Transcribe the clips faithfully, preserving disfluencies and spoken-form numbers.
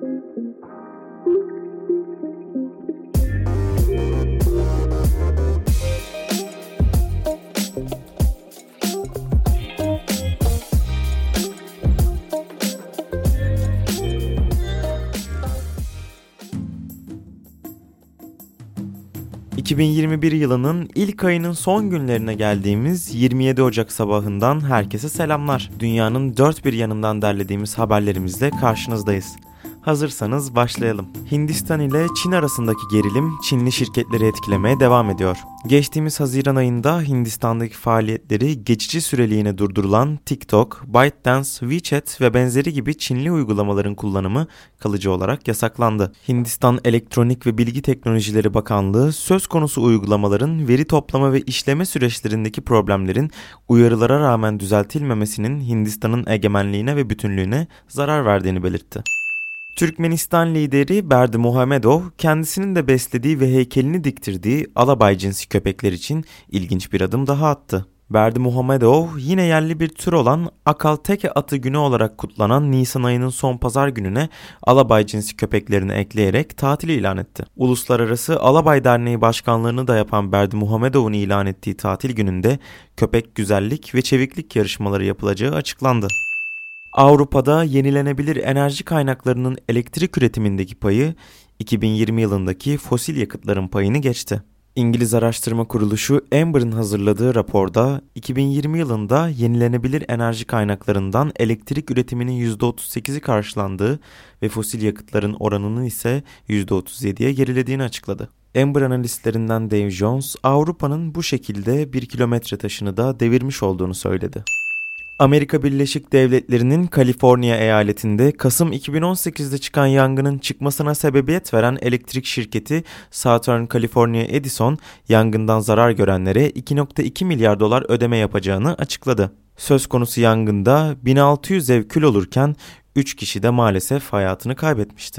iki bin yirmi bir yılının ilk ayının son günlerine geldiğimiz yirmi yedi Ocak sabahından herkese selamlar. Dünyanın dört bir yanından derlediğimiz haberlerimizle karşınızdayız. Hazırsanız başlayalım. Hindistan ile Çin arasındaki gerilim Çinli şirketleri etkilemeye devam ediyor. Geçtiğimiz Haziran ayında Hindistan'daki faaliyetleri geçici süreliğine durdurulan TikTok, ByteDance, WeChat ve benzeri gibi Çinli uygulamaların kullanımı kalıcı olarak yasaklandı. Hindistan Elektronik ve Bilgi Teknolojileri Bakanlığı söz konusu uygulamaların veri toplama ve işleme süreçlerindeki problemlerin uyarılara rağmen düzeltilmemesinin Hindistan'ın egemenliğine ve bütünlüğüne zarar verdiğini belirtti. Türkmenistan lideri Berdimuhamedov, kendisinin de beslediği ve heykelini diktirdiği Alabay cinsi köpekler için ilginç bir adım daha attı. Berdimuhamedov, yine yerli bir tür olan Akalteke atı günü olarak kutlanan Nisan ayının son pazar gününe Alabay cinsi köpeklerini ekleyerek tatil ilan etti. Uluslararası Alabay Derneği Başkanlığını da yapan Berdimuhamedov'un ilan ettiği tatil gününde köpek güzellik ve çeviklik yarışmaları yapılacağı açıklandı. Avrupa'da yenilenebilir enerji kaynaklarının elektrik üretimindeki payı iki bin yirmi yılındaki fosil yakıtların payını geçti. İngiliz araştırma kuruluşu Amber'ın hazırladığı raporda iki bin yirmi yılında yenilenebilir enerji kaynaklarından elektrik üretiminin yüzde otuz sekizi karşılandığı ve fosil yakıtların oranının ise yüzde otuz yediye gerilediğini açıkladı. Amber analistlerinden Dave Jones, Avrupa'nın bu şekilde bir kilometre taşını da devirmiş olduğunu söyledi. Amerika Birleşik Devletleri'nin Kaliforniya eyaletinde Kasım iki bin on sekizde çıkan yangının çıkmasına sebebiyet veren elektrik şirketi Southern California Edison, yangından zarar görenlere iki virgül iki milyar dolar ödeme yapacağını açıkladı. Söz konusu yangında bin altı yüz ev kül olurken üç kişi de maalesef hayatını kaybetmişti.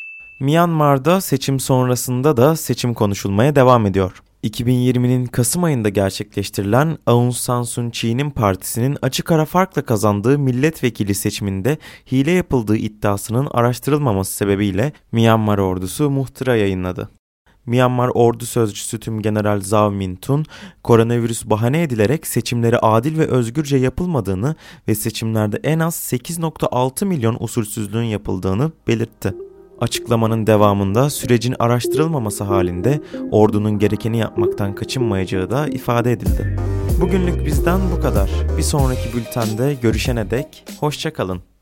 Myanmar'da seçim sonrasında da seçim konuşulmaya devam ediyor. iki bin yirminin Kasım ayında gerçekleştirilen Aung San Suu Kyi'nin partisinin açık ara farkla kazandığı milletvekili seçiminde hile yapıldığı iddiasının araştırılmaması sebebiyle Myanmar ordusu muhtıra yayınladı. Myanmar Ordu Sözcüsü Tümgeneral Zaw Min Tun, koronavirüs bahane edilerek seçimleri adil ve özgürce yapılmadığını ve seçimlerde en az sekiz virgül altı milyon usulsüzlüğün yapıldığını belirtti. Açıklamanın devamında sürecin araştırılmaması halinde ordunun gerekeni yapmaktan kaçınmayacağı da ifade edildi. Bugünlük bizden bu kadar. Bir sonraki bültende görüşene dek hoşça kalın.